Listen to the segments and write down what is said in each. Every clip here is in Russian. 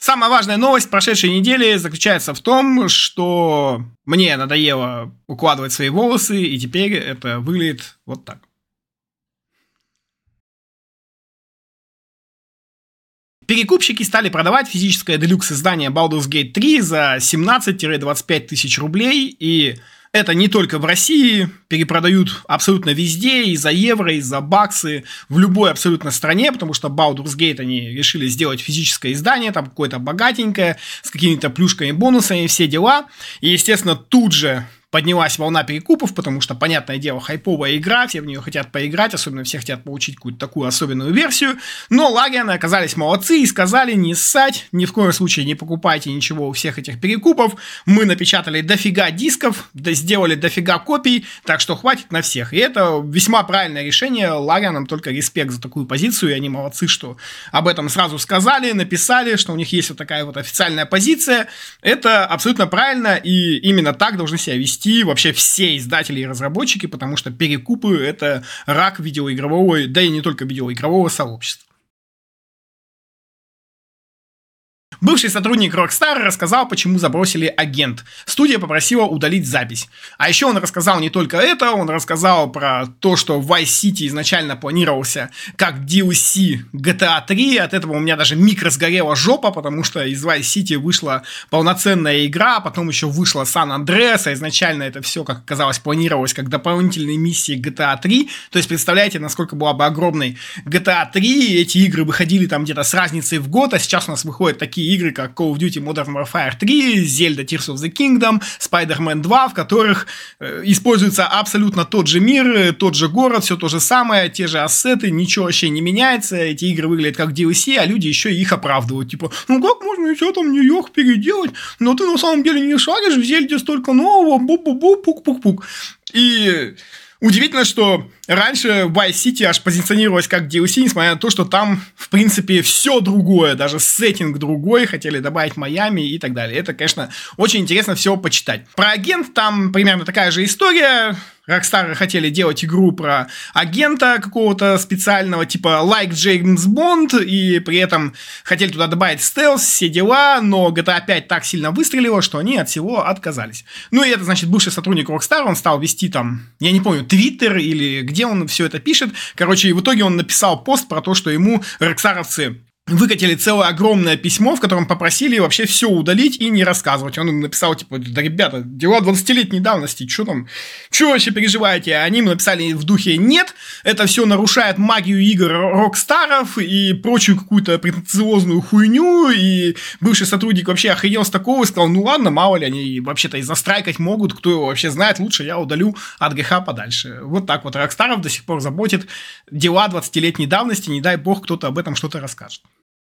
Самая важная новость прошедшей недели заключается в том, что мне надоело укладывать свои волосы, и теперь это выглядит вот так. Перекупщики стали продавать физическое делюкс-издание Baldur's Gate 3 за 17-25 тысяч рублей, и это не только в России, перепродают абсолютно везде, и за евро, и за баксы, в любой абсолютно стране, потому что Baldur's Gate они решили сделать физическое издание, там какое-то богатенькое, с какими-то плюшками, бонусами, все дела, и, естественно, тут же поднялась волна перекупов, потому что, понятное дело, хайповая игра, все в нее хотят поиграть, особенно все хотят получить какую-то такую особенную версию, но Larian оказались молодцы и сказали не ссать, ни в коем случае не покупайте ничего у всех этих перекупов, мы напечатали дофига дисков, сделали дофига копий, так что хватит на всех, и это весьма правильное решение, Larian только респект за такую позицию, и они молодцы, что об этом сразу сказали, написали, что у них есть вот такая вот официальная позиция, это абсолютно правильно, и именно так должны себя вести вообще все издатели и разработчики, потому что перекупы — это рак видеоигрового, да и не только видеоигрового сообщества. Бывший сотрудник Rockstar рассказал, почему забросили Агент. Студия попросила удалить запись. А еще он рассказал не только это, он рассказал про то, что Vice City изначально планировался как DLC GTA 3. От этого у меня даже миг разгорела жопа, потому что из Vice City вышла полноценная игра, а потом еще вышла San Andreas, а изначально это все, как оказалось, планировалось как дополнительные миссии GTA 3. То есть, представляете, насколько была бы огромной GTA 3, эти игры выходили там где-то с разницей в год, а сейчас у нас выходят такие игры, как Call of Duty Modern Warfare 3, Zelda Tears of the Kingdom, Spider-Man 2, в которых используется абсолютно тот же мир, тот же город, все то же самое, те же ассеты, ничего вообще не меняется, эти игры выглядят как DLC, а люди еще их оправдывают, типа, ну как можно еще там Нью-Йорк переделать, но ты на самом деле не шаришь, в Зельде столько нового, бу-бу-бу, пук-пук-пук. И удивительно, что раньше Vice City аж позиционировалась как DLC, несмотря на то, что там, в принципе, все другое, даже сеттинг другой, хотели добавить Майами и так далее. Это, конечно, очень интересно всего почитать. Про Агент там примерно такая же история. Rockstar хотели делать игру про агента какого-то специального, типа like James Bond, и при этом хотели туда добавить стелс, все дела, но GTA 5 так сильно выстрелила, что они от всего отказались. Ну и это, значит, бывший сотрудник Rockstar, он стал вести там, я не помню, Twitter или где он все это пишет. Короче, и в итоге он написал пост про то, что ему рокстаровцы выкатили целое огромное письмо, в котором попросили вообще все удалить и не рассказывать. Он им написал, типа, да, ребята, дела 20-летней давности, что там, что вообще переживаете? Они ему написали в духе, нет, это все нарушает магию игр Рокстаров и прочую какую-то претенциозную хуйню, и бывший сотрудник вообще охренел с такого и сказал, ну ладно, мало ли, они вообще-то и застрайкать могут, кто его вообще знает, лучше я удалю от греха подальше. Вот так вот Рокстаров до сих пор заботит дела 20-летней давности, не дай бог кто-то об этом что-то расскажет.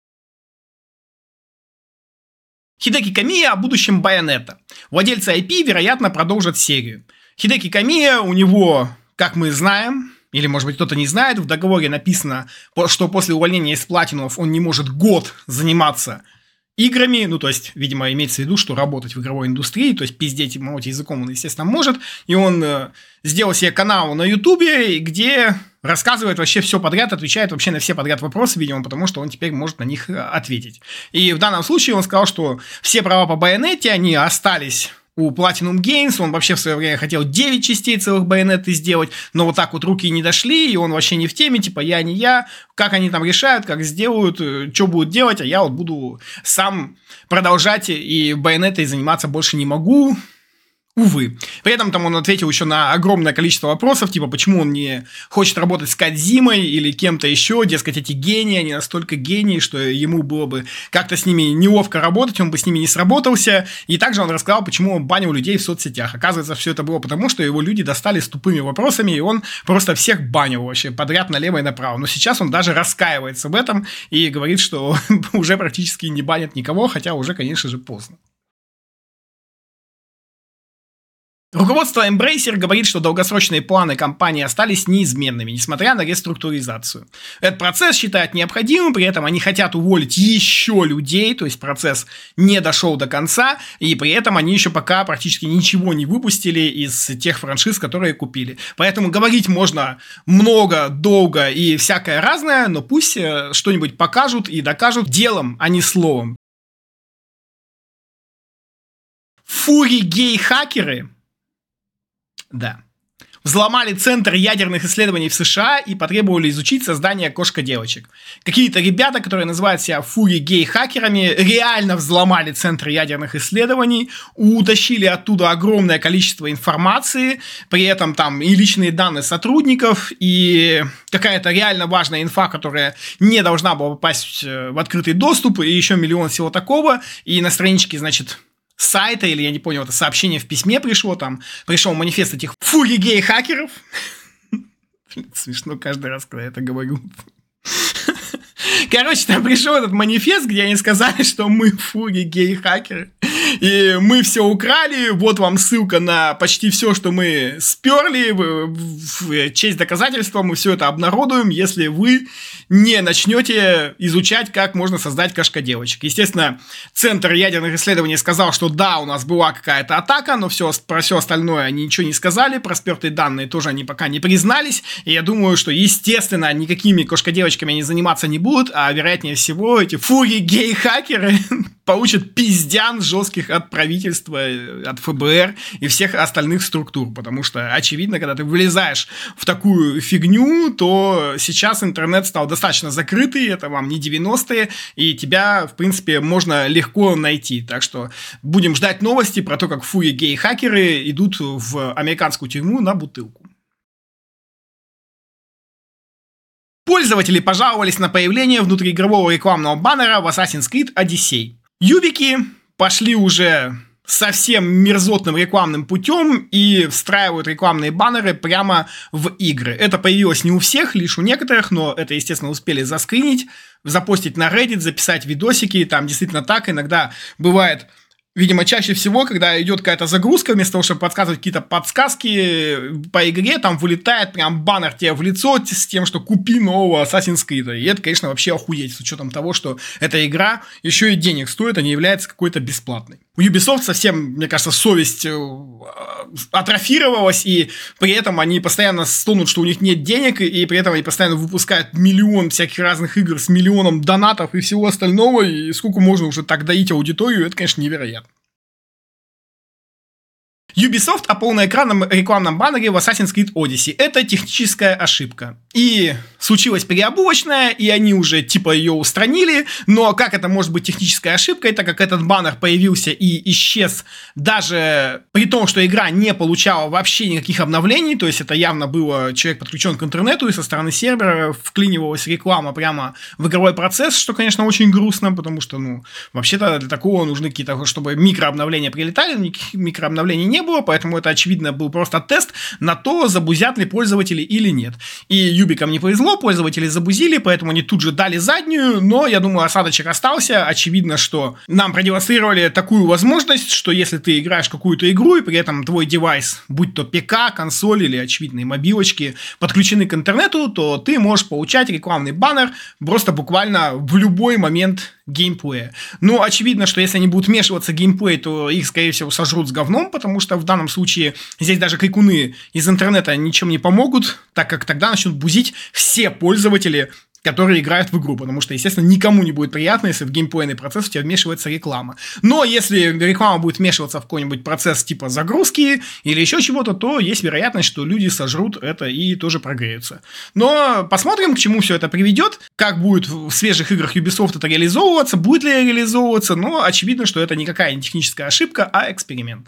Хидеки Камия о будущем Байонетта. Владельцы IP, вероятно, продолжат серию. Хидеки Камия, у него, как мы знаем, или, может быть, кто-то не знает, в договоре написано, что после увольнения из Platinum он не может год заниматься играми, ну, то есть, видимо, имеется в виду, что работать в игровой индустрии, то есть, пиздеть и молоть языком он, естественно, может, и он сделал себе канал на Ютубе, где рассказывает вообще все подряд, отвечает вообще на все подряд вопросы, видимо, потому что он теперь может на них ответить. И в данном случае он сказал, что все права по Байонетте, они остались у Platinum Games, он вообще в свое время хотел 9 частей целых Байонетты сделать, но вот так вот руки не дошли, и он вообще не в теме, типа я не я, как они там решают, как сделают, что будут делать, а я вот буду сам продолжать и Байонеттой заниматься больше не могу. Увы. При этом там он ответил еще на огромное количество вопросов, типа, почему он не хочет работать с Кодзимой или кем-то еще, дескать, эти гении, они настолько гении, что ему было бы как-то с ними неловко работать, он бы с ними не сработался, и также он рассказал, почему он банил людей в соцсетях. Оказывается, все это было потому, что его люди достали с тупыми вопросами, и он просто всех банил вообще подряд налево и направо. Но сейчас он даже раскаивается в этом и говорит, что уже практически не банит никого, хотя уже, конечно же, поздно. Руководство Embracer говорит, что долгосрочные планы компании остались неизменными, несмотря на реструктуризацию. Этот процесс считают необходимым, при этом они хотят уволить еще людей, то есть процесс не дошел до конца, и при этом они еще пока практически ничего не выпустили из тех франшиз, которые купили. Поэтому говорить можно много, долго и всякое разное, но пусть что-нибудь покажут и докажут делом, а не словом. фури-гей-хакеры, да, взломали Центр ядерных исследований в США и потребовали изучить создание кошка-девочек. Какие-то ребята, которые называют себя фури-гей-хакерами, реально взломали Центр ядерных исследований, утащили оттуда огромное количество информации, при этом там и личные данные сотрудников, и какая-то реально важная инфа, которая не должна была попасть в открытый доступ, и еще миллион всего такого, и на страничке, значит, сайта, или я не понял, это сообщение в письме пришло, там пришел манифест этих фури-гей-хакеров. Смешно каждый раз, когда я это говорю. Короче, там пришел этот манифест, где они сказали, что мы фури-гей-хакеры, и мы все украли, вот вам ссылка на почти все, что мы сперли, в честь доказательства мы все это обнародуем, если вы не начнете изучать, как можно создать кошка-девочек. Естественно, Центр ядерных исследований сказал, что да, у нас была какая-то атака, но про все остальное они ничего не сказали, про спертые данные тоже они пока не признались, и я думаю, что, естественно, никакими кошка-девочками они заниматься не будут, а вероятнее всего эти фури-гей-хакеры получат пиздян жестких от правительства, от ФБР и всех остальных структур, потому что, очевидно, когда ты вылезаешь в такую фигню, то сейчас интернет стал достаточно закрытый, это вам не 90-е, и тебя, в принципе, можно легко найти, так что будем ждать новости про то, как фури-гей-хакеры идут в американскую тюрьму на бутылку. Пользователи пожаловались на появление внутриигрового рекламного баннера в Assassin's Creed Odyssey. Юбики пошли уже совсем мерзотным рекламным путем и встраивают рекламные баннеры прямо в игры. Это появилось не у всех, лишь у некоторых, но это, естественно, успели заскринить, запостить на Reddit, записать видосики, там действительно так иногда бывает. Видимо, чаще всего, когда идет какая-то загрузка, вместо того, чтобы подсказывать какие-то подсказки по игре, там вылетает прям баннер тебе в лицо с тем, что купи нового Assassin's Creed. И это, конечно, вообще охуеть, с учетом того, что эта игра еще и денег стоит, а не является какой-то бесплатной. У Ubisoft совсем, мне кажется, совесть атрофировалась, и при этом они постоянно стонут, что у них нет денег, и при этом они постоянно выпускают миллион всяких разных игр с миллионом донатов и всего остального, и сколько можно уже так доить аудиторию, это, конечно, невероятно. Ubisoft о полноэкранном рекламном баннере в Assassin's Creed Odyssey. Это техническая ошибка. И случилась переобувочная, и они уже типа ее устранили, но как это может быть технической ошибкой, так как этот баннер появился и исчез даже при том, что игра не получала вообще никаких обновлений, то есть это явно было, человек подключен к интернету, и со стороны сервера вклинивалась реклама прямо в игровой процесс, что, конечно, очень грустно, потому что, вообще-то для такого нужны какие-то, чтобы микрообновления прилетали, никаких микрообновлений не было, поэтому это, очевидно, был просто тест на то, забузят ли пользователи или нет. И Юбикам не повезло, пользователи забузили, поэтому они тут же дали заднюю, но, я думаю, осадочек остался. Очевидно, что нам продемонстрировали такую возможность, что если ты играешь какую-то игру, и при этом твой девайс, будь то ПК, консоль или, очевидные мобилочки, подключены к интернету, то ты можешь получать рекламный баннер просто буквально в любой момент геймплея. Очевидно, что если они будут вмешиваться в геймплей, то их, скорее всего, сожрут с говном, потому что в данном случае здесь даже крикуны из интернета ничем не помогут, так как тогда начнут бузить все пользователи, которые играют в игру, потому что, естественно, никому не будет приятно, если в геймплейный процесс у тебя вмешивается реклама. Но если реклама будет вмешиваться в какой-нибудь процесс типа загрузки или еще чего-то, то есть вероятность, что люди сожрут это и тоже прогреются. Но посмотрим, к чему все это приведет, как будет в свежих играх Ubisoft это реализовываться, будет ли реализовываться, но очевидно, что это никакая не техническая ошибка, а эксперимент.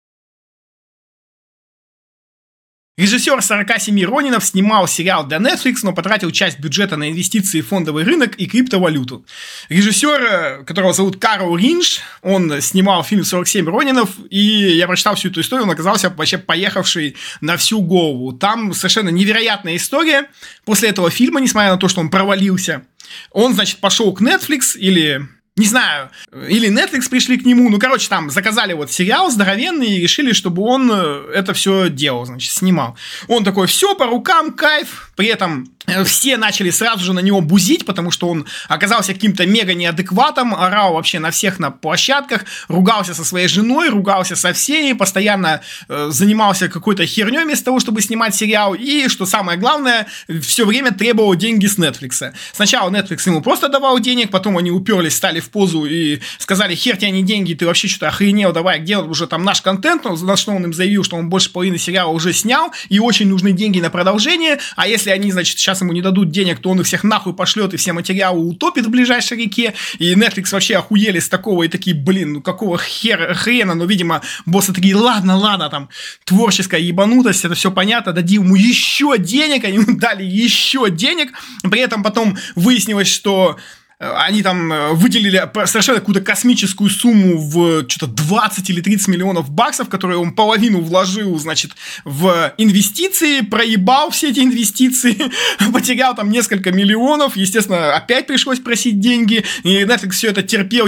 Режиссер 47 Ронинов снимал сериал для Netflix, но потратил часть бюджета на инвестиции в фондовый рынок и криптовалюту. Режиссер, которого зовут Карл Ринж, он снимал фильм 47 Ронинов, и я прочитал всю эту историю, он оказался вообще поехавший на всю голову. Там совершенно невероятная история. После этого фильма, несмотря на то, что он провалился, он, значит, пошел к Netflix или... Не знаю, или Netflix пришли к нему, там заказали сериал здоровенный и решили, чтобы он это все делал, значит, снимал. Он такой, все по рукам, кайф, при этом все начали сразу же на него бузить, потому что он оказался каким-то мега неадекватом, орал вообще на всех на площадках, ругался со своей женой, ругался со всеми, постоянно занимался какой-то херней вместо того, чтобы снимать сериал, и, что самое главное, все время требовал деньги с Netflix. Сначала Netflix ему просто давал денег, потом они уперлись, стали в позу и сказали: хер тебе не деньги, ты вообще что-то охренел, давай, где уже там наш контент, на что он им заявил, что он больше половины сериала уже снял, и очень нужны деньги на продолжение, а если они, значит, сейчас ему не дадут денег, то он их всех нахуй пошлет и все материалы утопит в ближайшей реке, и Netflix вообще охуели с такого, и такие, блин, ну какого хрена, но, видимо, боссы такие: ладно, там, творческая ебанутость, это все понятно, дадим ему еще денег, они ему дали еще денег, при этом потом выяснилось, что они там выделили совершенно какую-то космическую сумму в что-то 20 или 30 миллионов баксов, которые он половину вложил, значит, в инвестиции, проебал все эти инвестиции, потерял там несколько миллионов, естественно, опять пришлось просить деньги, и Netflix все это терпел,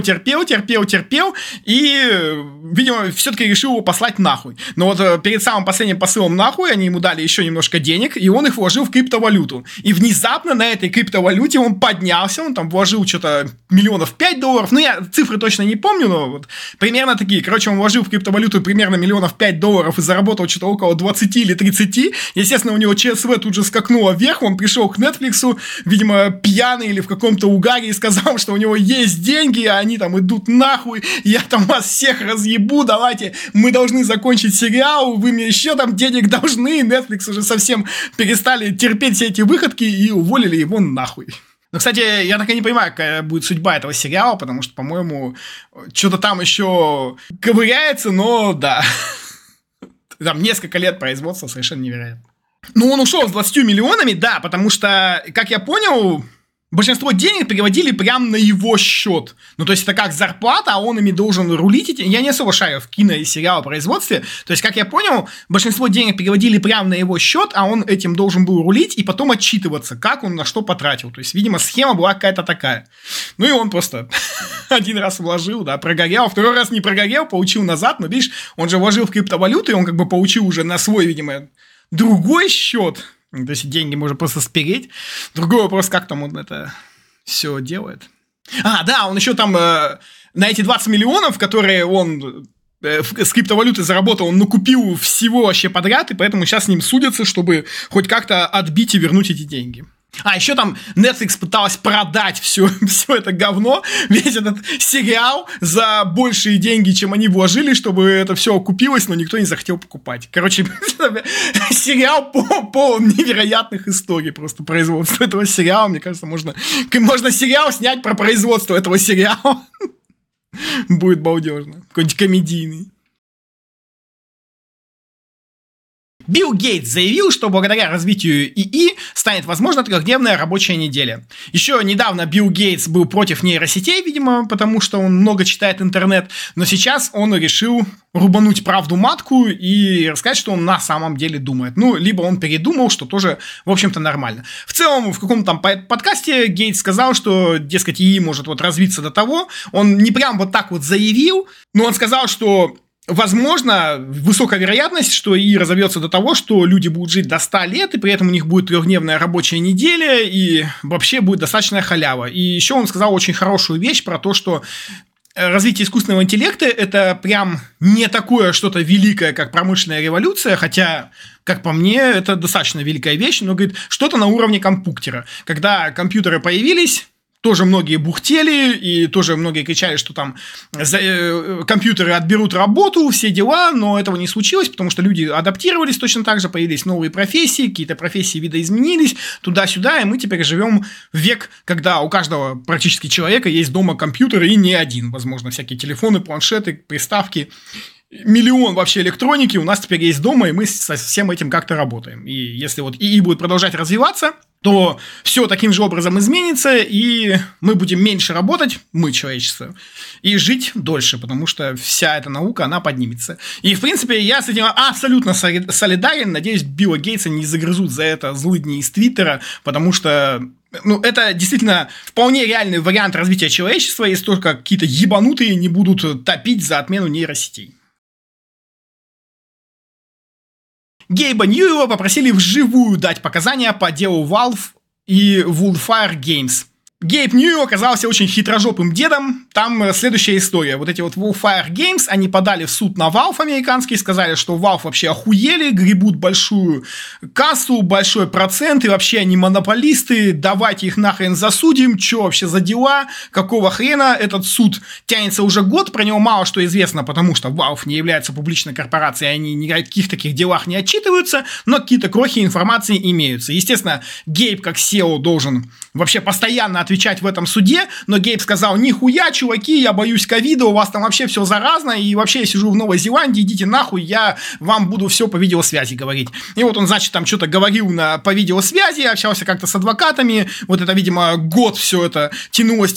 и, видимо, все-таки решил его послать нахуй. Но вот перед самым последним посылом нахуй они ему дали еще немножко денег, и он их вложил в криптовалюту. И внезапно на этой криптовалюте он поднялся, он там вложил что-то миллионов $5, ну я цифры точно не помню, но вот примерно такие. Короче, он вложил в криптовалюту примерно миллионов $5 и заработал что-то около 20 или 30. Естественно, у него ЧСВ тут же скакнуло вверх, он пришел к Netflix, видимо, пьяный или в каком-то угаре, и сказал, что у него есть деньги, а они там идут нахуй, я там вас всех разъебу, давайте, мы должны закончить сериал, вы мне еще там денег должны. Netflix уже совсем перестали терпеть все эти выходки и уволили его нахуй. Ну, кстати, я так и не понимаю, какая будет судьба этого сериала, потому что, по-моему, что-то там еще ковыряется, но да. Там несколько лет производства, совершенно невероятно. Ну, он ушел с 20 миллионами, да, потому что, как я понял, большинство денег переводили прямо на его счет. Ну, то есть, это как зарплата, а он ими должен рулить. Я не особо шарю в кино и сериалопроизводстве. То есть, как я понял, большинство денег переводили прямо на его счет, а он этим должен был рулить и потом отчитываться, как он на что потратил. То есть, видимо, схема была какая-то такая. Ну, и он просто один раз вложил, да, прогорел, второй раз не прогорел, получил назад. Но, видишь, он же вложил в криптовалюту, и он как бы получил уже на свой, видимо, другой счет. То есть деньги можно просто спереть. Другой вопрос, как там он это все делает. А, да, он еще там на эти 20 миллионов, которые он с криптовалюты заработал, он накупил всего вообще подряд, и поэтому сейчас с ним судятся, чтобы хоть как-то отбить и вернуть эти деньги. А еще там Netflix пыталась продать все это говно, весь этот сериал за большие деньги, чем они вложили, чтобы это все окупилось, но никто не захотел покупать. Короче, сериал полон невероятных историй просто производства этого сериала. Мне кажется, можно сериал снять про производство этого сериала. Будет балдежно. Какой-нибудь комедийный. Билл Гейтс заявил, что благодаря развитию ИИ станет возможна трехдневная рабочая неделя. Еще недавно Билл Гейтс был против нейросетей, видимо, потому что он много читает интернет, но сейчас он решил рубануть правду матку и рассказать, что он на самом деле думает. Ну, либо он передумал, что тоже, в общем-то, нормально. В целом, в каком-то там подкасте Гейтс сказал, что, дескать, ИИ может вот развиться до того, он не прям вот так вот заявил, но он сказал, что возможно, высокая вероятность, что ИИ разовьется до того, что люди будут жить до 100 лет, и при этом у них будет трехдневная рабочая неделя, и вообще будет достаточная халява. И еще он сказал очень хорошую вещь про то, что развитие искусственного интеллекта – это прям не такое что-то великое, как промышленная революция, хотя, как по мне, это достаточно великая вещь, но, говорит, что-то на уровне компьютера. Когда компьютеры появились, тоже многие бухтели, и тоже многие кричали, что там компьютеры отберут работу, все дела, но этого не случилось, потому что люди адаптировались точно так же, появились новые профессии, какие-то профессии видоизменились, туда-сюда, и мы теперь живем в век, когда у каждого практически человека есть дома компьютер, и не один, возможно, всякие телефоны, планшеты, приставки. Миллион вообще электроники у нас теперь есть дома, и мы со всем этим как-то работаем. И если вот ИИ будет продолжать развиваться, то все таким же образом изменится, и мы будем меньше работать, мы, человечество, и жить дольше, потому что вся эта наука, она поднимется. И, в принципе, я с этим абсолютно солидарен. Надеюсь, Билла Гейтса не загрызут за это злыдни из Твиттера, потому что это действительно вполне реальный вариант развития человечества, если только какие-то ебанутые не будут топить за отмену нейросетей. Гейба Ньюэлла попросили вживую дать показания по делу Valve и Wildfire Games. Гейб Нью оказался очень хитрожопым дедом. Там следующая история. Вот эти вот Wildfire Games, они подали в суд на Valve американский, сказали, что Valve вообще охуели, гребут большую кассу, большой процент, и вообще они монополисты, давайте их нахрен засудим, что вообще за дела, какого хрена. Этот суд тянется уже год, про него мало что известно, потому что Valve не является публичной корпорацией, они ни о каких таких делах не отчитываются, но какие-то крохи информации имеются. Естественно, Гейб как SEO должен вообще постоянно отвечать в этом суде, но Гейб сказал: нихуя, чуваки, я боюсь ковида, у вас там вообще все заразно, и вообще я сижу в Новой Зеландии, идите нахуй, я вам буду все по видеосвязи говорить. И вот он, значит, там что-то говорил по видеосвязи, общался как-то с адвокатами, вот это, видимо, год все это тянулось,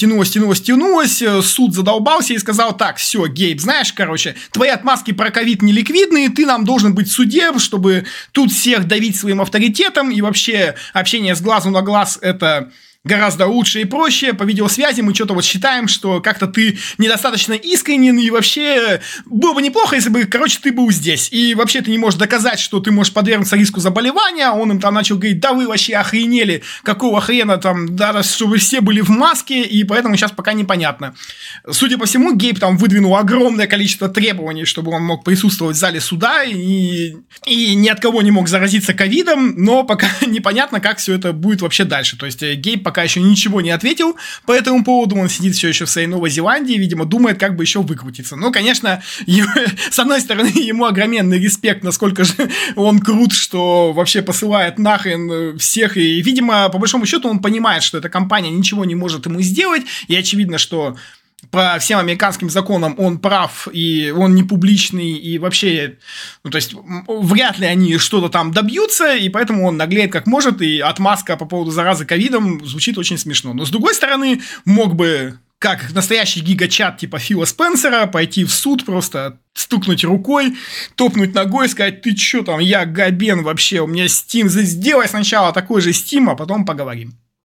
суд задолбался и сказал: так, все, Гейб, знаешь, короче, твои отмазки про ковид не ликвидные, ты нам должен быть в суде, чтобы тут всех давить своим авторитетом, и вообще общение с глазу на глаз — это гораздо лучше и проще. По видеосвязи мы что-то вот считаем, что как-то ты недостаточно искренен, и вообще было бы неплохо, если бы, короче, ты был здесь. И вообще ты не можешь доказать, что ты можешь подвергнуться риску заболевания. Он им там начал говорить: да вы вообще охренели, какого хрена там, да, чтобы все были в маске, и поэтому сейчас пока непонятно. Судя по всему, Гейб там выдвинул огромное количество требований, чтобы он мог присутствовать в зале суда, и ни от кого не мог заразиться ковидом, но пока непонятно, как все это будет вообще дальше. То есть Гейб пока еще ничего не ответил по этому поводу, он сидит все еще в своей Новой Зеландии, видимо, думает, как бы еще выкрутиться. Но, конечно, с одной стороны, ему огроменный респект, насколько же он крут, что вообще посылает нахрен всех, и, видимо, по большому счету он понимает, что эта компания ничего не может ему сделать, и очевидно, что по всем американским законам он прав, и он не публичный, и вообще, ну, то есть, вряд ли они что-то там добьются, и поэтому он наглеет как может, и отмазка по поводу заразы ковидом звучит очень смешно. Но, с другой стороны, мог бы, как настоящий гигачат типа Фила Спенсера, пойти в суд, просто стукнуть рукой, топнуть ногой, сказать: ты чё там, я габен вообще, у меня Steam, сделай сначала такой же Steam, а потом поговорим.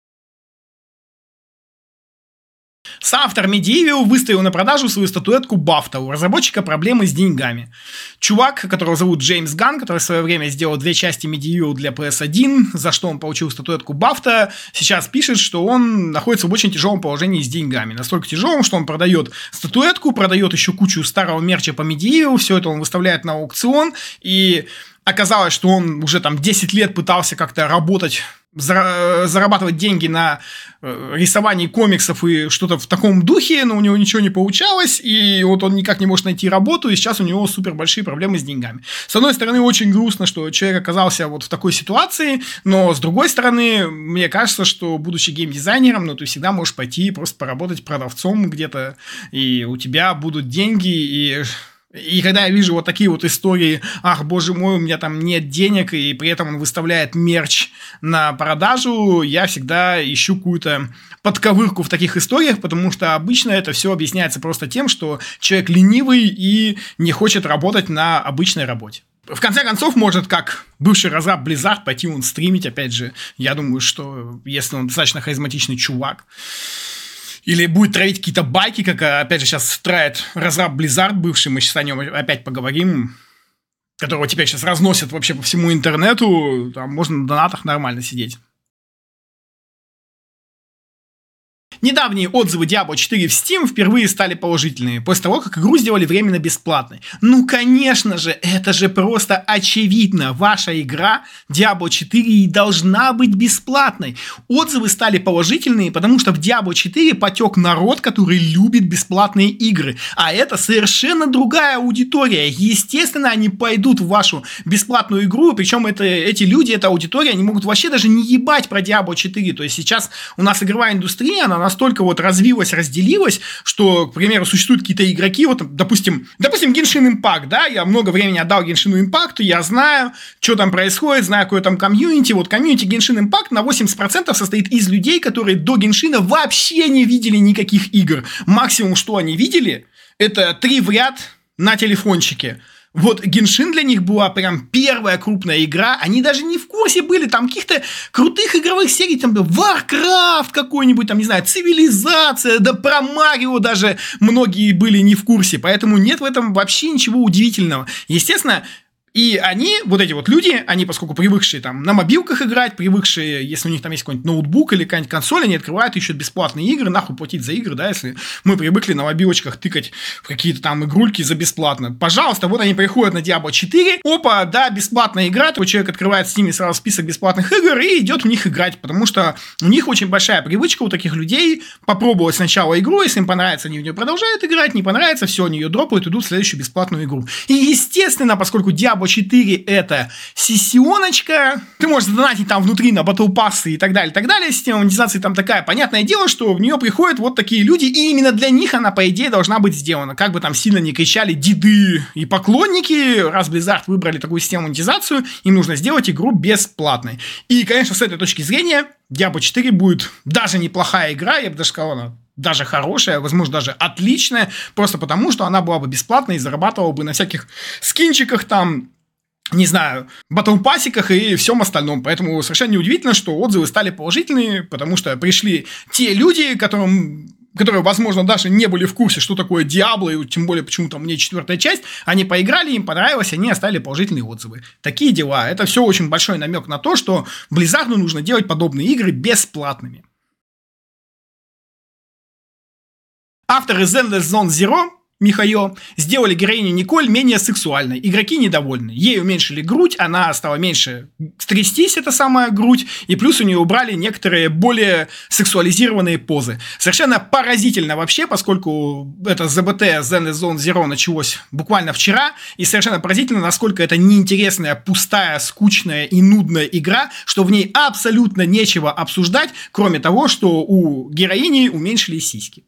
Соавтор Medieval выставил на продажу свою статуэтку Бафта. У разработчика проблемы с деньгами. Чувак, которого зовут Джеймс Ганн, который в свое время сделал 2 части Medieval для PS1, за что он получил статуэтку Бафта, сейчас пишет, что он находится в очень тяжелом положении с деньгами. Настолько тяжелым, что он продает статуэтку, продает еще кучу старого мерча по Medieval, все это он выставляет на аукцион, и оказалось, что он уже там 10 лет пытался как-то работать, зарабатывать деньги на рисовании комиксов и что-то в таком духе, но у него ничего не получалось, и вот он никак не может найти работу, и сейчас у него супер большие проблемы с деньгами. С одной стороны, очень грустно, что человек оказался вот в такой ситуации, но с другой стороны, мне кажется, что, будучи геймдизайнером, ну, ты всегда можешь пойти просто поработать продавцом где-то, и у тебя будут деньги, и когда я вижу вот такие вот истории: ах, боже мой, у меня там нет денег, и при этом он выставляет мерч на продажу, я всегда ищу какую-то подковырку в таких историях, потому что обычно это все объясняется просто тем, что человек ленивый и не хочет работать на обычной работе. В конце концов, может, как бывший разраб Blizzard, пойти он стримить, опять же, я думаю, что если он достаточно харизматичный чувак, или будет травить какие-то байки, как, опять же, сейчас травит разраб Blizzard бывший, мы сейчас о нем опять поговорим, которого теперь сейчас разносят вообще по всему интернету, там можно на донатах нормально сидеть. Недавние отзывы Diablo 4 в Steam впервые стали положительными, после того, как игру сделали временно бесплатной. Ну, конечно же, это же просто очевидно. Ваша игра Diablo 4 и должна быть бесплатной. Отзывы стали положительные, потому что в Diablo 4 потек народ, который любит бесплатные игры. А это совершенно другая аудитория. Естественно, они пойдут в вашу бесплатную игру, причем эти люди, эта аудитория, они могут вообще даже не ебать про Diablo 4. То есть сейчас у нас игровая индустрия, она настолько вот развилась, разделилась, что, к примеру, существуют какие-то игроки, вот, допустим, Genshin Impact, да, я много времени отдал Genshin Impact, я знаю, что там происходит, знаю, какое там комьюнити, вот комьюнити Genshin Impact на 80% состоит из людей, которые до Геншина вообще не видели никаких игр. Максимум, что они видели, это 3 в ряд на телефончике. Вот Геншин для них была прям первая крупная игра, они даже не в курсе были там каких-то крутых игровых серий, там Warcraft какой-нибудь, там, не знаю, Цивилизация, да про Марио даже многие были не в курсе, поэтому нет в этом вообще ничего удивительного. Естественно, И они, вот эти вот люди, они, поскольку привыкшие там на мобилках играть, привыкшие, если у них там есть какой-нибудь ноутбук или какая-нибудь консоль, они открывают, ищут бесплатные игры, нахуй платить за игры, да, если мы привыкли на мобилочках тыкать в какие-то там игрульки за бесплатно. Пожалуйста, вот они приходят на Diablo 4, опа, да, бесплатная игра, то человек открывает в Steam сразу список бесплатных игр и идет в них играть, потому что у них очень большая привычка у таких людей попробовать сначала игру, если им понравится, они в нее продолжают играть, не понравится, все, они ее дропают, идут в следующую бесплатную игру. И, естественно, поскольку Diablo 4 это сессионочка, ты можешь задонатить там внутри на Battle Pass и так далее, система монетизации там такая, понятное дело, что в нее приходят вот такие люди, и именно для них она, по идее, должна быть сделана. Как бы там сильно не кричали деды и поклонники, раз Blizzard выбрали такую систему монетизацию, им нужно сделать игру бесплатной. И, конечно, с этой точки зрения, Diablo 4 будет даже неплохая игра, я бы даже сказал, она даже хорошая, возможно, даже отличная, просто потому, что она была бы бесплатной и зарабатывала бы на всяких скинчиках там, не знаю, батл-пассиках и всем остальном. Поэтому совершенно неудивительно, что отзывы стали положительные, потому что пришли те люди, которые, возможно, даже не были в курсе, что такое Diablo, и тем более, почему-то мне 4-я часть, они поиграли, им понравилось, они оставили положительные отзывы. Такие дела. Это все очень большой намек на то, что Blizzard нужно делать подобные игры бесплатными. Авторы Zenless Zone Zero, Михаил, сделали героиню Николь менее сексуальной. Игроки недовольны. Ей уменьшили грудь, она стала меньше трястись, эта самая грудь, и плюс у нее убрали некоторые более сексуализированные позы. Совершенно поразительно вообще, поскольку это ZBT Zenless Zone Zero началось буквально вчера, и совершенно поразительно, насколько это неинтересная, пустая, скучная и нудная игра, что в ней абсолютно нечего обсуждать, кроме того, что у героини уменьшили сиськи.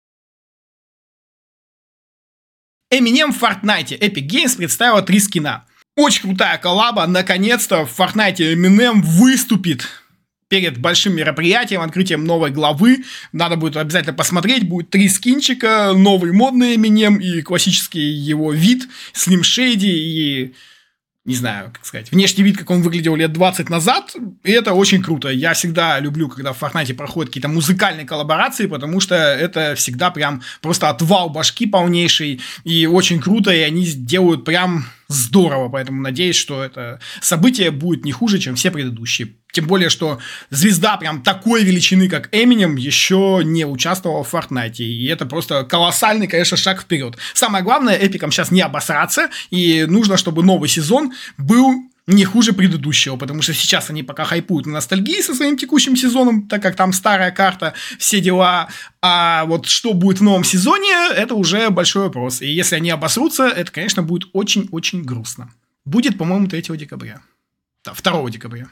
Eminem в Fortnite. Epic Games представила 3 скина. Очень крутая коллаба. Наконец-то в Fortnite Eminem выступит перед большим мероприятием, открытием новой главы. Надо будет обязательно посмотреть. Будет 3 скинчика. Новый модный Eminem и классический его вид. Slim Shady и... не знаю, как сказать, внешний вид, как он выглядел лет 20 назад, и это очень круто. Я всегда люблю, когда в Fortnite проходят какие-то музыкальные коллаборации, потому что это всегда прям просто отвал башки полнейший, и очень круто, и они делают прям здорово, поэтому надеюсь, что это событие будет не хуже, чем все предыдущие. Тем более, что звезда прям такой величины, как Eminem, еще не участвовала в Fortnite. И это просто колоссальный, конечно, шаг вперед. Самое главное, эпикам сейчас не обосраться. И нужно, чтобы новый сезон был не хуже предыдущего. Потому что сейчас они пока хайпуют на ностальгии со своим текущим сезоном, так как там старая карта, все дела. А вот что будет в новом сезоне, это уже большой вопрос. И если они обосрутся, это, конечно, будет очень-очень грустно. Будет, по-моему, 3 декабря. Да, 2 декабря.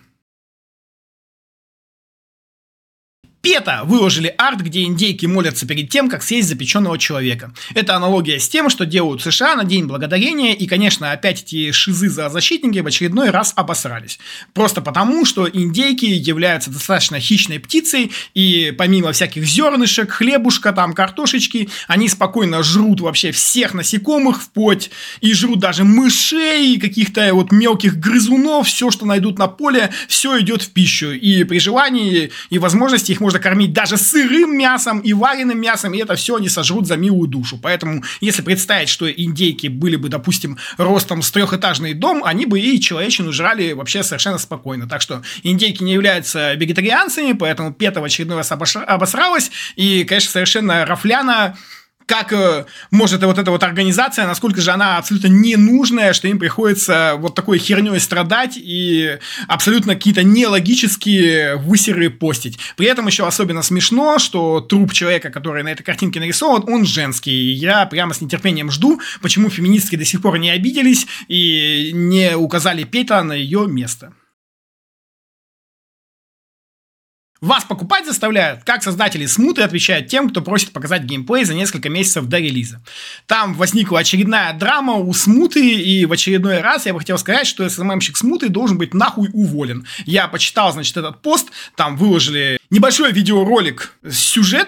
PETA выложили арт, где индейки молятся перед тем, как съесть запеченного человека. Это аналогия с тем, что делают в США на День Благодарения, и, конечно, опять эти шизы за защитники в очередной раз обосрались. Просто потому, что индейки являются достаточно хищной птицей, и помимо всяких зернышек, хлебушка, там, картошечки, они спокойно жрут вообще всех насекомых вплоть, и жрут даже мышей, каких-то вот мелких грызунов, все, что найдут на поле, все идет в пищу. И при желании и возможности их можно кормить даже сырым мясом и вареным мясом, и это все они сожрут за милую душу. Поэтому, если представить, что индейки были бы, допустим, ростом с 3-этажный дом, они бы и человечину жрали вообще совершенно спокойно. Так что индейки не являются вегетарианцами, поэтому PETA в очередной раз обосралась, и, конечно, совершенно рафляно, как может вот эта вот организация, насколько же она абсолютно ненужная, что им приходится вот такой херней страдать и абсолютно какие-то нелогические высеры постить. При этом еще особенно смешно, что труп человека, который на этой картинке нарисован, он женский. И я прямо с нетерпением жду, почему феминистки до сих пор не обиделись и не указали PETA на ее место. Вас покупать заставляют, как создатели смуты отвечают тем, кто просит показать геймплей за несколько месяцев до релиза. Там возникла очередная драма у смуты, и в очередной раз я бы хотел сказать, что СММщик смуты должен быть нахуй уволен. Я почитал, значит, этот пост, там выложили небольшой видеоролик с сюжета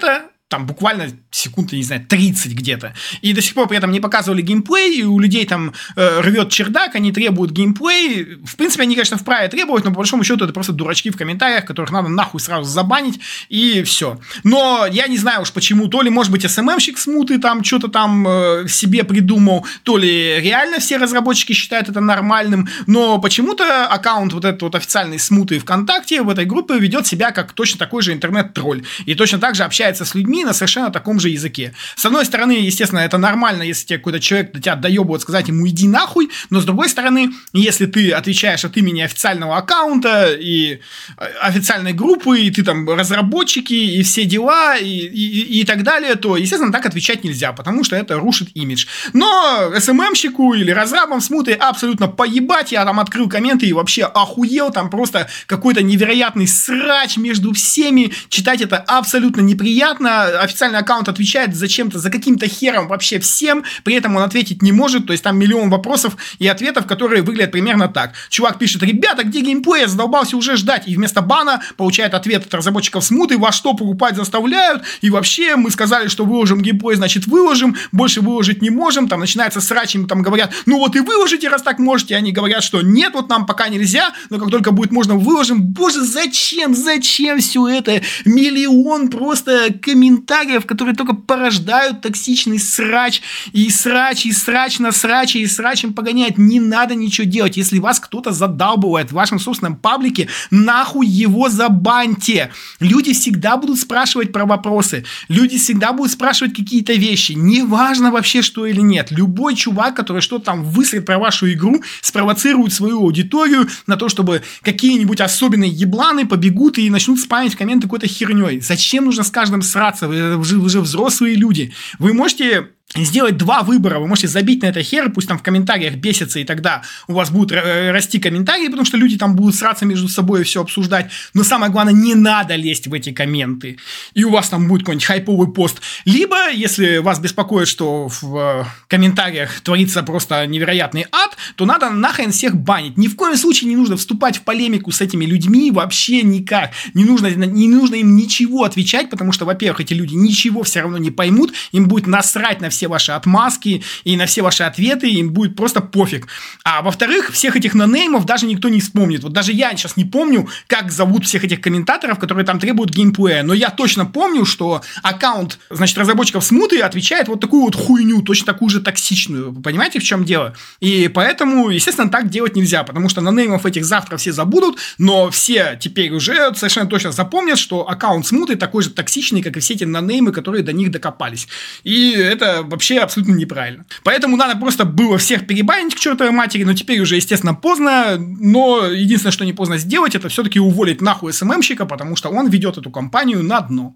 там буквально секунд, не знаю, 30 где-то. И до сих пор при этом не показывали геймплей, и у людей там рвет чердак, они требуют геймплей. В принципе, они, конечно, вправе требовать, но по большому счету это просто дурачки в комментариях, которых надо нахуй сразу забанить, и все. Но я не знаю уж почему, то ли, может быть, СММщик смуты там что-то там себе придумал, то ли реально все разработчики считают это нормальным, но почему-то аккаунт вот этот вот официальный смуты ВКонтакте в этой группе ведет себя как точно такой же интернет-тролль, и точно так же общается с людьми на совершенно таком же языке. С одной стороны, естественно, это нормально, если тебе какой-то человек до тебя доебывает, сказать ему иди нахуй, но с другой стороны, если ты отвечаешь от имени официального аккаунта и официальной группы, и ты там разработчики, и все дела, и так далее, то, естественно, так отвечать нельзя, потому что это рушит имидж. Но СММщику или разрабам смуты абсолютно поебать, я там открыл комменты и вообще охуел, там просто какой-то невероятный срач между всеми, читать это абсолютно неприятно. Официальный аккаунт отвечает зачем-то, за каким-то хером вообще всем, при этом он ответить не может, то есть там миллион вопросов и ответов, которые выглядят примерно так. Чувак пишет: ребята, где геймплей, я задолбался уже ждать, и вместо бана получает ответ от разработчиков смуты: во что покупать заставляют, и вообще мы сказали, что выложим геймплей, значит выложим, больше выложить не можем, там начинается срач, им там говорят: ну вот и выложите, раз так можете, они говорят, что нет, вот нам пока нельзя, но как только будет можно, выложим. Боже, зачем все это? Миллион просто комментариев, которые только порождают токсичный срач, и срач на сраче, и срачем погоняет. Не надо ничего делать. Если вас кто-то задалбывает в вашем собственном паблике, нахуй его забаньте. Люди всегда будут спрашивать про вопросы. Люди всегда будут спрашивать какие-то вещи. Неважно вообще, что или нет. Любой чувак, который что-то там высрет про вашу игру, спровоцирует свою аудиторию на то, чтобы какие-нибудь особенные ебланы побегут и начнут спамить в комменты какой-то херней. Зачем нужно с каждым сраться? Вы же взрослые люди. Вы можете сделать два выбора. Вы можете забить на это хер, пусть там в комментариях бесится, и тогда у вас будут расти комментарии, потому что люди там будут сраться между собой и все обсуждать. Но самое главное, не надо лезть в эти комменты. И у вас там будет какой-нибудь хайповый пост. Либо, если вас беспокоит, что в комментариях творится просто невероятный ад, то надо нахрен всех банить. Ни в коем случае не нужно вступать в полемику с этими людьми вообще никак. Не нужно им ничего отвечать, потому что, во-первых, эти люди ничего все равно не поймут, им будет насрать на все ваши отмазки и на все ваши ответы, им будет просто пофиг. А во-вторых, всех этих нонеймов даже никто не вспомнит. Вот даже я сейчас не помню, как зовут всех этих комментаторов, которые там требуют геймплея, но я точно помню, что аккаунт, значит, разработчиков смуты отвечает вот такую вот хуйню, точно такую же токсичную. Вы понимаете, в чем дело? И поэтому, естественно, так делать нельзя, потому что нонеймов этих завтра все забудут, но все теперь уже совершенно точно запомнят, что аккаунт смуты такой же токсичный, как и все эти нонеймы, которые до них докопались. И это вообще абсолютно неправильно. Поэтому надо просто было всех перебанить к чертовой матери, но теперь уже, естественно, поздно, но единственное, что не поздно сделать, это все-таки уволить нахуй СММщика, потому что он ведет эту компанию на дно.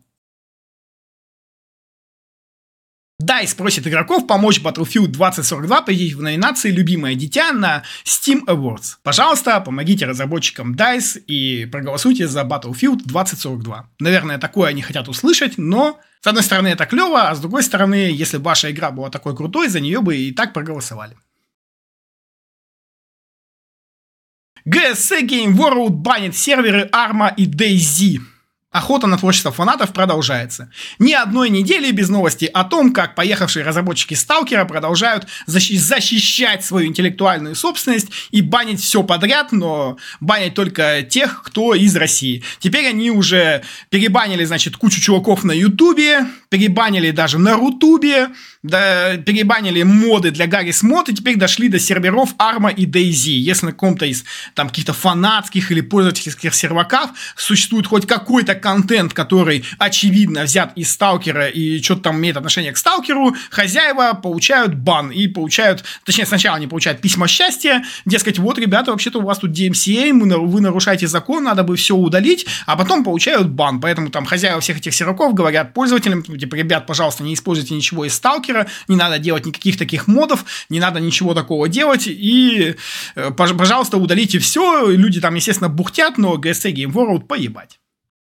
DICE просит игроков помочь Battlefield 2042 победить в номинации «Любимое дитя» на Steam Awards. Пожалуйста, помогите разработчикам DICE и проголосуйте за Battlefield 2042. Наверное, такое они хотят услышать, но с одной стороны это клево, а с другой стороны, если бы ваша игра была такой крутой, за нее бы и так проголосовали. GSC Game World банит серверы Arma и DayZ. Охота на творчество фанатов продолжается. Ни одной недели без новости о том, как поехавшие разработчики Сталкера продолжают защищать свою интеллектуальную собственность и банить все подряд, но банить только тех, кто из России. Теперь они уже перебанили, значит, кучу чуваков на Ютубе, перебанили даже на Рутубе, да, перебанили моды для Garry's Mod, и теперь дошли до серверов Arma и DayZ. Если на каком-то из там каких-то фанатских или пользовательских серваках существует хоть какой-то контент, который очевидно взят из Сталкера и что-то там имеет отношение к Сталкеру, хозяева получают бан и получают, точнее, сначала они получают письма счастья, дескать, вот, ребята, вообще-то у вас тут DMCA, вы нарушаете закон, надо бы все удалить, а потом получают бан. Поэтому там хозяева всех этих серваков говорят пользователям, типа, ребят, пожалуйста, не используйте ничего из Сталкера, не надо делать никаких таких модов, не надо ничего такого делать, и, пожалуйста, удалите все. Люди там, естественно, бухтят, но GSC Game World поебать.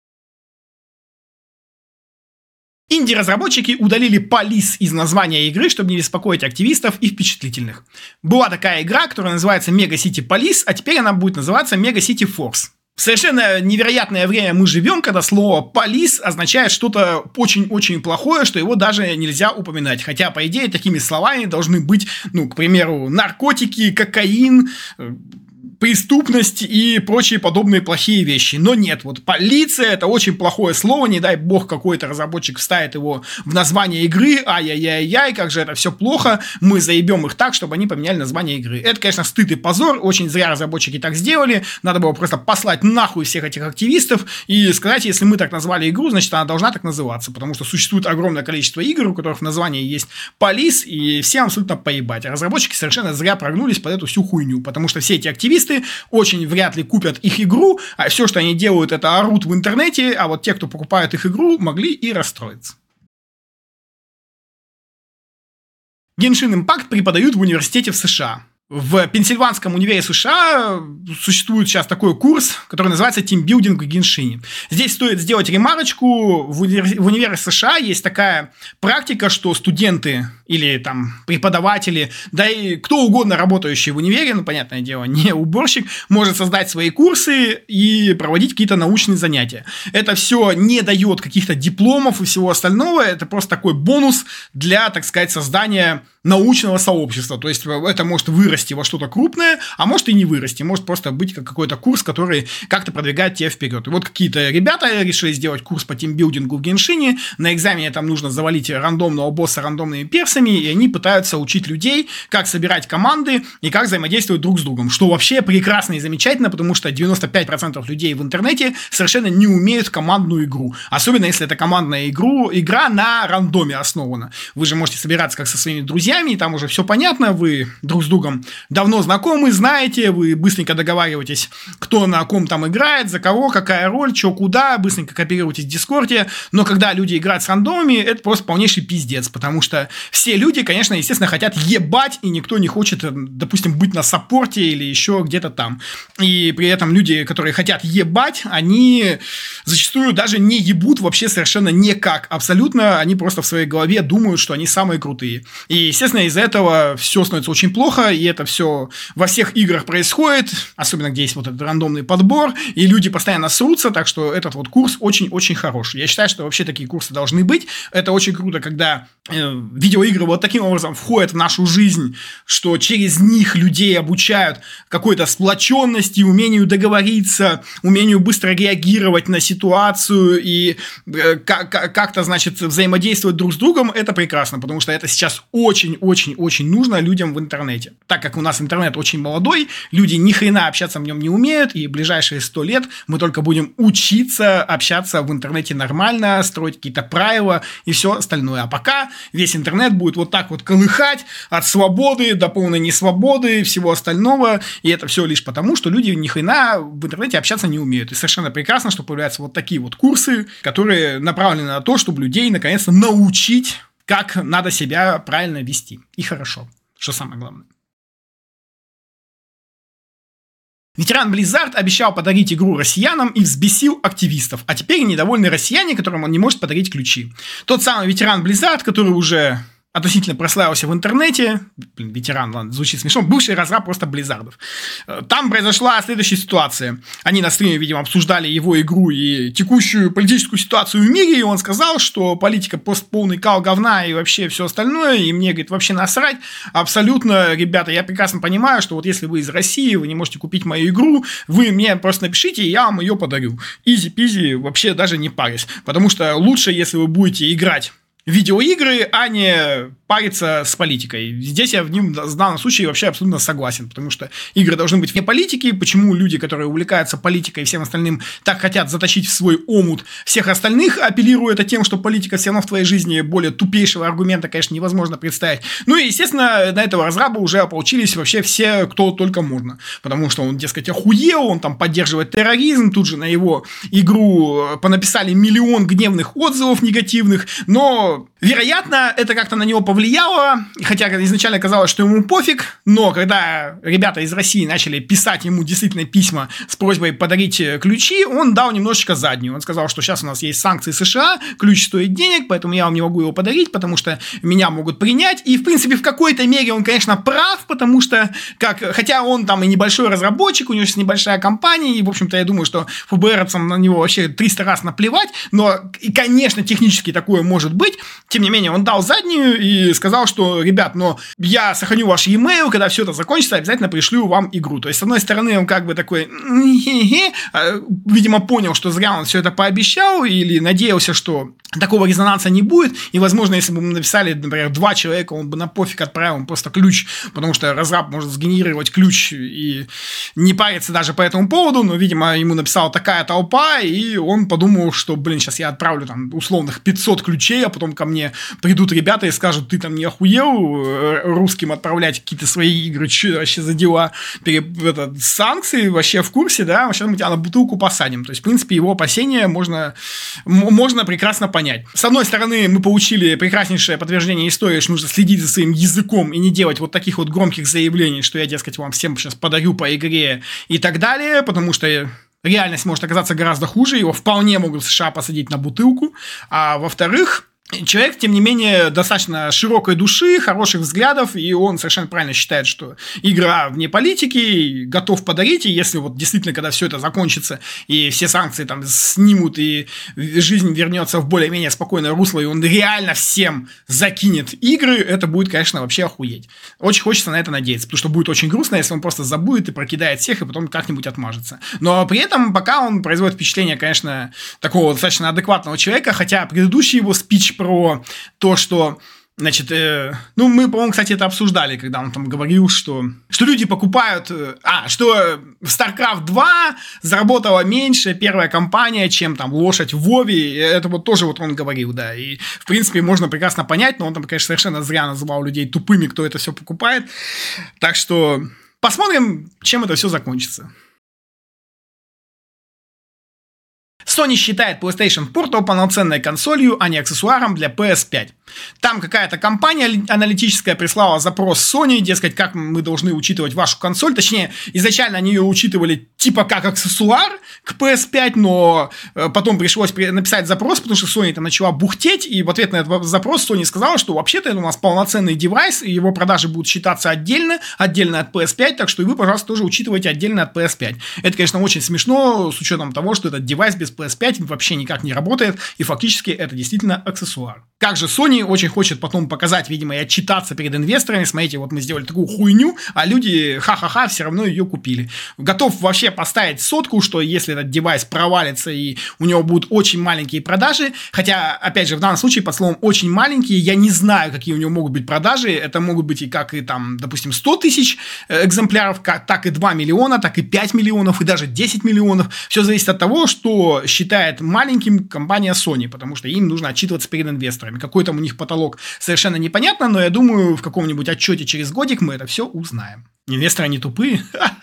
Инди-разработчики удалили полис из названия игры, чтобы не беспокоить активистов и впечатлительных. Была такая игра, которая называется Mega City Police, а теперь она будет называться Mega City Force. В совершенно невероятное время мы живем, когда слово «полис» означает что-то очень-очень плохое, что его даже нельзя упоминать. Хотя, по идее, такими словами должны быть, к примеру, наркотики, кокаин, преступность и прочие подобные плохие вещи. Но нет, вот полиция — это очень плохое слово, не дай бог какой-то разработчик вставит его в название игры, ай-яй-яй-яй, как же это все плохо, мы заебем их так, чтобы они поменяли название игры. Это, конечно, стыд и позор, очень зря разработчики так сделали, надо было просто послать нахуй всех этих активистов и сказать, если мы так назвали игру, значит, она должна так называться, потому что существует огромное количество игр, у которых в названии есть полис, и всем абсолютно поебать. А разработчики совершенно зря прогнулись под эту всю хуйню, потому что все эти активисты очень вряд ли купят их игру, а все, что они делают, это орут в интернете, а вот те, кто покупают их игру, могли и расстроиться. Genshin Impact преподают в университете в США. В Пенсильванском универе США существует сейчас такой курс, который называется «Тимбилдинг в Геншине». Здесь стоит сделать ремарочку. В универе США есть такая практика, что студенты или там преподаватели, да и кто угодно работающий в универе, понятное дело, не уборщик, может создать свои курсы и проводить какие-то научные занятия. Это все не дает каких-то дипломов и всего остального, это просто такой бонус для, так сказать, создания научного сообщества. То есть это может вырасти во что-то крупное, а может и не вырасти. Может просто быть как какой-то курс, который как-то продвигает тебя вперед. И вот какие-то ребята решили сделать курс по тимбилдингу в Геншине. На экзамене там нужно завалить рандомного босса рандомными персами, и они пытаются учить людей, как собирать команды и как взаимодействовать друг с другом. Что вообще прекрасно и замечательно, потому что 95% людей в интернете совершенно не умеют командную игру. Особенно если это командная игра на рандоме основана. Вы же можете собираться как со своими друзьями, и там уже все понятно, вы друг с другом давно знакомы, знаете, вы быстренько договариваетесь, кто на ком там играет, за кого, какая роль, что, куда, быстренько кооперируетесь в Дискорде, но когда люди играют с рандомами, это просто полнейший пиздец, потому что все люди, конечно, естественно, хотят ебать, и никто не хочет, допустим, быть на саппорте или еще где-то там. И при этом люди, которые хотят ебать, они зачастую даже не ебут вообще совершенно никак, абсолютно, они просто в своей голове думают, что они самые крутые. И, естественно, из-за этого все становится очень плохо, и это все во всех играх происходит, особенно где есть вот этот рандомный подбор, и люди постоянно срутся, так что этот вот курс очень-очень хороший. Я считаю, что вообще такие курсы должны быть. Это очень круто, когда видеоигры вот таким образом входят в нашу жизнь, что через них людей обучают какой-то сплоченности, умению договориться, умению быстро реагировать на ситуацию и как-то, значит, взаимодействовать друг с другом. Это прекрасно, потому что это сейчас очень-очень-очень нужно людям в интернете. Так как у нас интернет очень молодой, люди ни хрена общаться в нем не умеют, и в ближайшие 100 лет мы только будем учиться общаться в интернете нормально, строить какие-то правила и все остальное. А пока весь интернет будет вот так вот колыхать от свободы до полной несвободы и всего остального, и это все лишь потому, что люди ни хрена в интернете общаться не умеют. И совершенно прекрасно, что появляются вот такие вот курсы, которые направлены на то, чтобы людей наконец-то научить, как надо себя правильно вести. И хорошо, что самое главное. Ветеран Blizzard обещал подарить игру россиянам и взбесил активистов, а теперь недовольны россияне, которым он не может подарить ключи. Тот самый ветеран Blizzard, который уже относительно прославился в интернете, ветеран, ладно, звучит смешно, бывший разраб просто Близзардов. Там произошла следующая ситуация. Они на стриме, видимо, обсуждали его игру и текущую политическую ситуацию в мире, и он сказал, что политика полный кал говна и вообще все остальное, и мне, говорит, вообще насрать. Абсолютно, ребята, я прекрасно понимаю, что вот если вы из России, вы не можете купить мою игру, вы мне просто напишите, и я вам ее подарю. Изи-пизи, вообще даже не парюсь. Потому что лучше, если вы будете играть видеоигры, а не париться с политикой. Здесь я в данном случае вообще абсолютно согласен, потому что игры должны быть вне политики. Почему люди, которые увлекаются политикой и всем остальным, так хотят затащить в свой омут всех остальных, апеллируя это тем, что политика все равно в твоей жизни более тупейшего аргумента, конечно, невозможно представить. Ну и, естественно, на этого разраба уже ополчились вообще все, кто только можно. Потому что он, дескать, охуел, он там поддерживает терроризм, тут же на его игру понаписали миллион гневных отзывов негативных, но Вероятно, это как-то на него повлияло, хотя изначально казалось, что ему пофиг, но когда ребята из России начали писать ему действительно письма с просьбой подарить ключи, он дал немножечко заднюю. Он сказал, что сейчас у нас есть санкции США, ключ стоит денег, поэтому я вам не могу его подарить, потому что меня могут принять. И, в принципе, в какой-то мере он, конечно, прав, потому что, хотя он там и небольшой разработчик, у него сейчас небольшая компания, и, в общем-то, я думаю, что ФБРовцам на него вообще 300 раз наплевать, но, конечно, технически такое может быть. Тем не менее, он дал заднюю и сказал, что, ребят, но я сохраню ваш e-mail, когда все это закончится, обязательно пришлю вам игру. То есть, с одной стороны, он как бы такой, видимо, понял, что зря он все это пообещал, или надеялся, что такого резонанса не будет, и, возможно, если бы мы написали, например, 2 человека, он бы на пофиг отправил им просто ключ, потому что разраб может сгенерировать ключ и не париться даже по этому поводу, но, видимо, ему написала такая толпа, и он подумал, что, сейчас я отправлю там условных 500 ключей, а потом ко мне придут ребята и скажут, ты там не охуел русским отправлять какие-то свои игры, что вообще за дела, санкции, вообще в курсе, да, сейчас мы тебя на бутылку посадим. То есть, в принципе, его опасения можно прекрасно понять. С одной стороны, мы получили прекраснейшее подтверждение истории, что нужно следить за своим языком и не делать вот таких вот громких заявлений, что я, дескать, вам всем сейчас подарю по игре и так далее, потому что реальность может оказаться гораздо хуже, его вполне могут в США посадить на бутылку, а во-вторых, человек, тем не менее, достаточно широкой души, хороших взглядов, и он совершенно правильно считает, что игра вне политики, готов подарить, и если вот действительно, когда все это закончится, и все санкции там снимут, и жизнь вернется в более-менее спокойное русло, и он реально всем закинет игры, это будет, конечно, вообще охуеть. Очень хочется на это надеяться, потому что будет очень грустно, если он просто забудет и прокидает всех, и потом как-нибудь отмажется. Но при этом пока он производит впечатление, конечно, такого достаточно адекватного человека, хотя предыдущий его спич про то, что, значит, мы, по-моему, кстати, это обсуждали, когда он там говорил, что люди покупают, что StarCraft 2 заработала меньше первая компания, чем там лошадь в Вове, это вот тоже вот он говорил, да, и, в принципе, можно прекрасно понять, но он там, конечно, совершенно зря называл людей тупыми, кто это все покупает, так что посмотрим, чем это все закончится. Sony считает PlayStation Portal полноценной консолью, а не аксессуаром для PS5. Там какая-то компания аналитическая прислала запрос Sony, дескать, как мы должны учитывать вашу консоль. Точнее, изначально они ее учитывали типа как аксессуар к PS5, но потом пришлось написать запрос, потому что Sony там начала бухтеть, и в ответ на этот запрос Sony сказала, что вообще-то это у нас полноценный девайс, и его продажи будут считаться отдельно от PS5, так что и вы, пожалуйста, тоже учитывайте отдельно от PS5. Это, конечно, очень смешно, с учетом того, что этот девайс без PS5 вообще никак не работает, и фактически это действительно аксессуар. Как же Sony очень хочет потом показать, видимо, и отчитаться перед инвесторами, смотрите, вот мы сделали такую хуйню, а люди, ха-ха-ха, все равно ее купили. Готов вообще поставить сотку, что если этот девайс провалится и у него будут очень маленькие продажи, хотя, опять же, в данном случае, под словом «очень маленькие», я не знаю, какие у него могут быть продажи, это могут быть и как и там, допустим, 100 тысяч экземпляров, так и 2 миллиона, так и 5 миллионов, и даже 10 миллионов. Все зависит от того, что считает маленьким компания Sony, потому что им нужно отчитываться перед инвесторами. Какой там у них потолок, совершенно непонятно, но я думаю, в каком-нибудь отчете через годик мы это все узнаем. Инвесторы не тупые.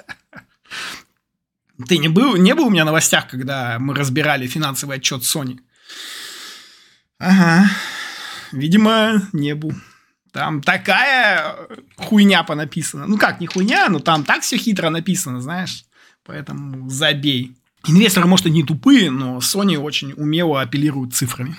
Ты не был у меня в новостях, когда мы разбирали финансовый отчет Sony? Ага. Видимо, не был. Там такая хуйня понаписана. Ну как, не хуйня, но там так все хитро написано, знаешь. Поэтому забей. Инвесторы, может, и не тупые, но Sony очень умело апеллирует цифрами.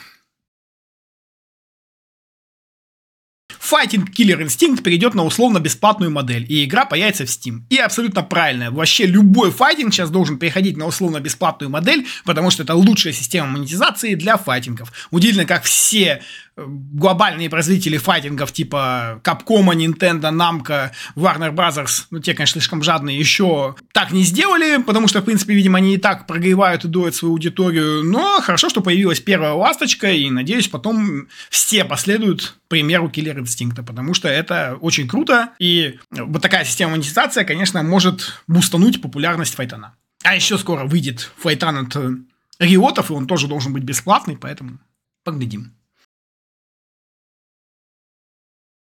Fighting Killer Instinct перейдет на условно-бесплатную модель, и игра появится в Steam. И абсолютно правильно. Вообще любой файтинг сейчас должен переходить на условно-бесплатную модель, потому что это лучшая система монетизации для файтингов. Удивительно, как все глобальные производители файтингов типа Capcom, Nintendo, Namco, Warner Bros., те, конечно, слишком жадные, еще так не сделали, потому что, в принципе, видимо, они и так прогревают и дуют свою аудиторию, но хорошо, что появилась первая ласточка, и, надеюсь, потом все последуют примеру Killer Instinct, потому что это очень круто, и вот такая система монетизации, конечно, может бустануть популярность файтана. А еще скоро выйдет файтан от Риотов, и он тоже должен быть бесплатный, поэтому поглядим.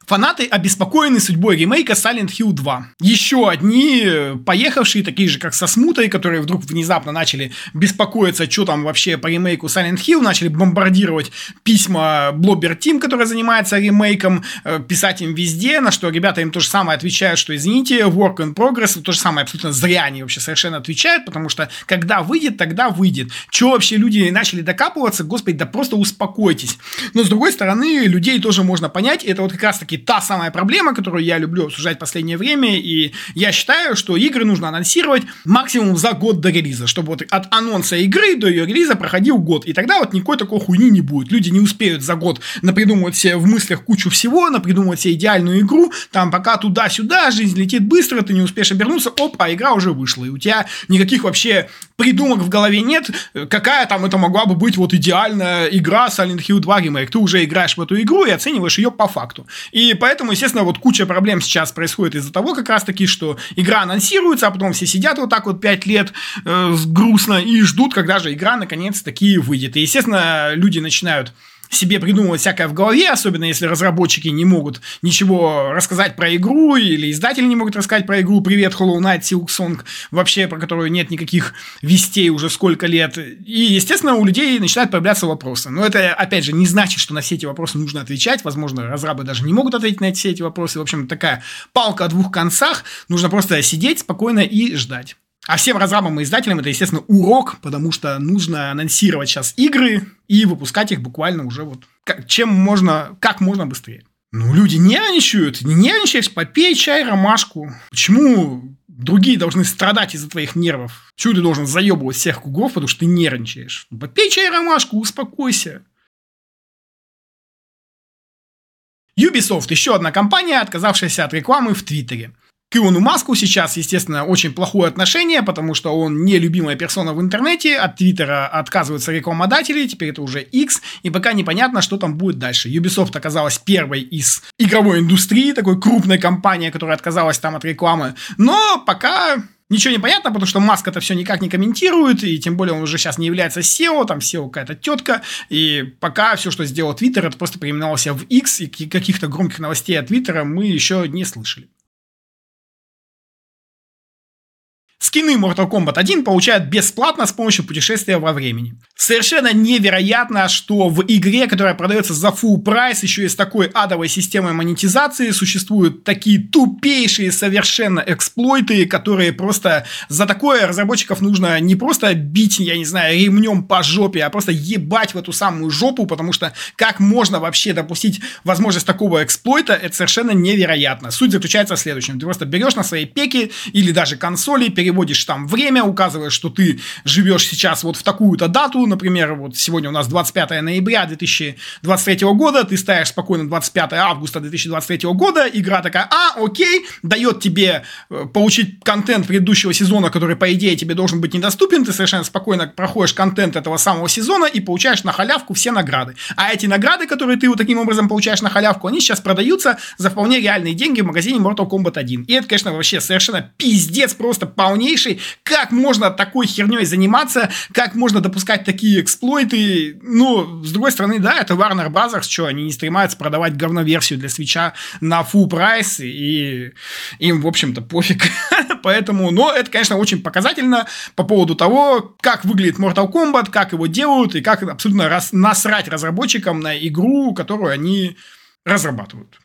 Фанаты обеспокоены судьбой ремейка Silent Hill 2. Еще одни поехавшие, такие же, как со Смутой, которые вдруг внезапно начали беспокоиться, что там вообще по ремейку Silent Hill, начали бомбардировать письма Blobber Team, который занимается ремейком, писать им везде, на что ребята им то же самое отвечают, что извините, work in progress, то же самое абсолютно зря они вообще совершенно отвечают, потому что когда выйдет, тогда выйдет. Чего вообще люди начали докапываться, господи, да просто успокойтесь. Но с другой стороны, людей тоже можно понять, это вот как раз таки та самая проблема, которую я люблю обсуждать в последнее время, и я считаю, что игры нужно анонсировать максимум за год до релиза, чтобы вот от анонса игры до ее релиза проходил год, и тогда вот никакой такой хуйни не будет. Люди не успеют за год напридумывать себе в мыслях кучу всего, напридумывать себе идеальную игру, там пока туда-сюда, жизнь летит быстро, ты не успеешь обернуться, оп, а игра уже вышла, и у тебя никаких вообще придумок в голове нет, какая там это могла бы быть вот идеальная игра Silent Hill 2 ремейк. Ты уже играешь в эту игру и оцениваешь ее по факту. И поэтому, естественно, вот куча проблем сейчас происходит из-за того, как раз таки, что игра анонсируется, а потом все сидят вот так вот 5 лет грустно и ждут, когда же игра наконец-таки выйдет. И, естественно, люди начинают себе придумывать всякое в голове, особенно если разработчики не могут ничего рассказать про игру, или издатели не могут рассказать про игру. Привет, Hollow Knight, Silksong, вообще про которую нет никаких вестей уже сколько лет. И, естественно, у людей начинают появляться вопросы. Но это, опять же, не значит, что на все эти вопросы нужно отвечать. Возможно, разрабы даже не могут ответить на все эти вопросы. В общем, такая палка о двух концах. Нужно просто сидеть спокойно и ждать. А всем разрабам и издателям это, естественно, урок, потому что нужно анонсировать сейчас игры и выпускать их буквально уже вот как можно быстрее. Ну, люди нервничают, не нервничаешь, попей чай, ромашку. Почему другие должны страдать из-за твоих нервов? Чего ты должен заебывать всех кругов, потому что ты нервничаешь? Попей чай, ромашку, успокойся. Ubisoft – еще одна компания, отказавшаяся от рекламы в Твиттере. К Илону Маску сейчас, естественно, очень плохое отношение, потому что он нелюбимая персона в интернете, от Твиттера отказываются рекламодатели, теперь это уже X, и пока непонятно, что там будет дальше. Ubisoft оказалась первой из игровой индустрии, такой крупной компании, которая отказалась там от рекламы, но пока ничего не понятно, потому что Маск это все никак не комментирует, и тем более он уже сейчас не является SEO, там SEO какая-то тетка, и пока все, что сделал Твиттер, это просто переименовался в X, и каких-то громких новостей от Твиттера мы еще не слышали. Скины Mortal Kombat 1 получают бесплатно с помощью путешествия во времени. Совершенно невероятно, что в игре, которая продается за full прайс, еще и с такой адовой системой монетизации, существуют такие тупейшие совершенно эксплойты, которые просто за такое разработчиков нужно не просто бить, я не знаю, ремнем по жопе, а просто ебать в эту самую жопу, потому что как можно вообще допустить возможность такого эксплойта, это совершенно невероятно. Суть заключается в следующем. Ты просто берешь на своей пеке или даже консоли, переводишь там время, указываешь, что ты живешь сейчас вот в такую-то дату, например, вот сегодня у нас 25 ноября 2023 года, ты ставишь спокойно 25 августа 2023 года, игра такая, окей, дает тебе получить контент предыдущего сезона, который, по идее, тебе должен быть недоступен, ты совершенно спокойно проходишь контент этого самого сезона и получаешь на халявку все награды. А эти награды, которые ты вот таким образом получаешь на халявку, они сейчас продаются за вполне реальные деньги в магазине Mortal Kombat 1. И это, конечно, вообще совершенно пиздец просто полнейший. Как можно такой херней заниматься? Как можно допускать такие эксплойты? Ну, с другой стороны, да, это Warner Bros. Что, они не стремаются продавать говноверсию для свитча на full прайс, и им, в общем-то, пофиг. Поэтому, но это, конечно, очень показательно по поводу того, как выглядит Mortal Kombat, как его делают, и как абсолютно насрать разработчикам на игру, которую они разрабатывают.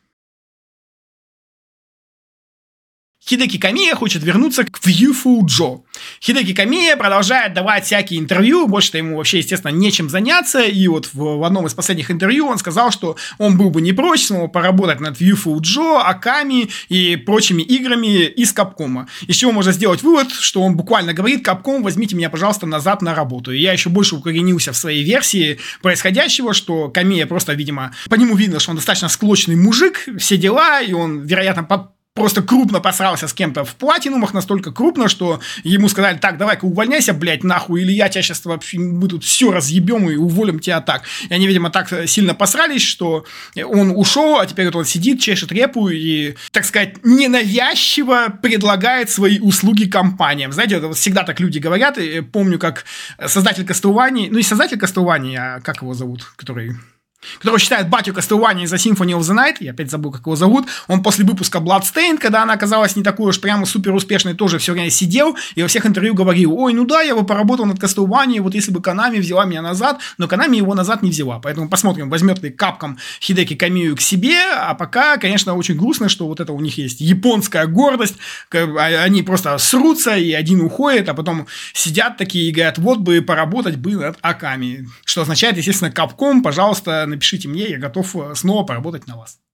Хидеки Камия хочет вернуться к Viewful Joe. Хидеки Камия продолжает давать всякие интервью, больше-то ему вообще, естественно, нечем заняться, и вот в одном из последних интервью он сказал, что он был бы не прочь снова поработать над Viewful Joe, Аками и прочими играми из Capcom. Из чего можно сделать вывод, что он буквально говорит: Capcom, возьмите меня, пожалуйста, назад на работу. И я еще больше укоренился в своей версии происходящего, что Камия просто, видимо, по нему видно, что он достаточно склочный мужик, все дела, и он, вероятно, просто крупно посрался с кем-то в платинумах, настолько крупно, что ему сказали: так, давай-ка увольняйся, блядь, нахуй, или я тебя сейчас вообще, мы тут все разъебем и уволим тебя так. И они, видимо, так сильно посрались, что он ушел, а теперь вот он сидит, чешет репу и, так сказать, ненавязчиво предлагает свои услуги компаниям. Знаете, вот всегда так люди говорят. И помню, как создатель Castlevania, ну не создатель Castlevania, а как его зовут, который которого считает батю Castlevania за Symphony of the Night, я опять забыл, как его зовут, он после выпуска Bloodstained, когда она оказалась не такой уж прямо супер успешной, тоже все время сидел и во всех интервью говорил: ой, ну да, я бы поработал над Castlevania, вот если бы Konami взяла меня назад, но Konami его назад не взяла, поэтому посмотрим, возьмет ли Capcom Хидеки Камию к себе, а пока, конечно, очень грустно, что вот это у них есть японская гордость, они просто срутся, и один уходит, а потом сидят такие и говорят: вот бы поработать бы над Аками, что означает, естественно, Capcom, пожалуйста, напишите мне, я готов снова поработать на вас.